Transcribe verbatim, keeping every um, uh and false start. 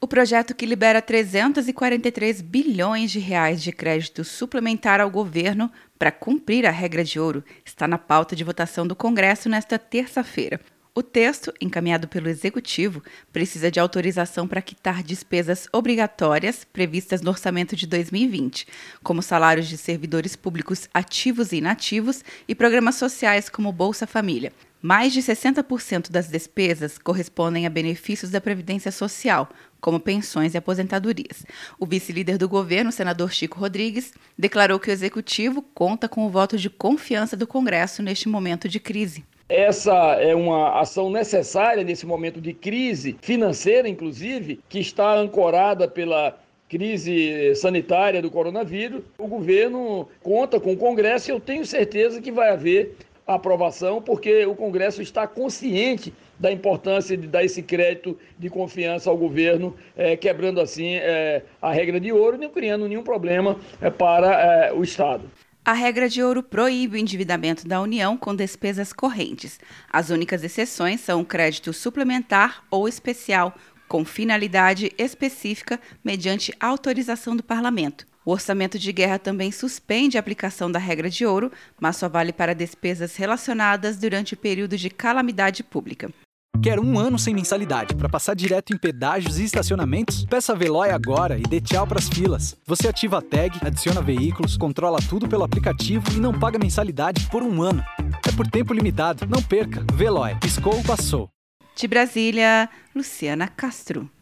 O projeto que libera trezentos e quarenta e três bilhões de reais de crédito suplementar ao governo para cumprir a regra de ouro está na pauta de votação do Congresso nesta terça-feira. O texto, encaminhado pelo Executivo, precisa de autorização para quitar despesas obrigatórias previstas no orçamento de dois mil e vinte, como salários de servidores públicos ativos e inativos e programas sociais como Bolsa Família. Mais de sessenta por cento das despesas correspondem a benefícios da Previdência Social, como pensões e aposentadorias. O vice-líder do governo, o senador Chico Rodrigues, declarou que o Executivo conta com o voto de confiança do Congresso neste momento de crise. Essa é uma ação necessária nesse momento de crise financeira, inclusive, que está ancorada pela crise sanitária do coronavírus. O governo conta com o Congresso e eu tenho certeza que vai haver aprovação, porque o Congresso está consciente da importância de dar esse crédito de confiança ao governo, é, quebrando assim é, a regra de ouro e não criando nenhum problema é, para é, o Estado. A regra de ouro proíbe o endividamento da União com despesas correntes. As únicas exceções são o crédito suplementar ou especial, com finalidade específica mediante autorização do Parlamento. O orçamento de guerra também suspende a aplicação da regra de ouro, mas só vale para despesas relacionadas durante o período de calamidade pública. Quer um ano sem mensalidade para passar direto em pedágios e estacionamentos? Peça a Veloy agora e dê tchau para as filas. Você ativa a tag, adiciona veículos, controla tudo pelo aplicativo e não paga mensalidade por um ano. É por tempo limitado. Não perca. Veloy. Piscou, passou. De Brasília, Luciana Castro.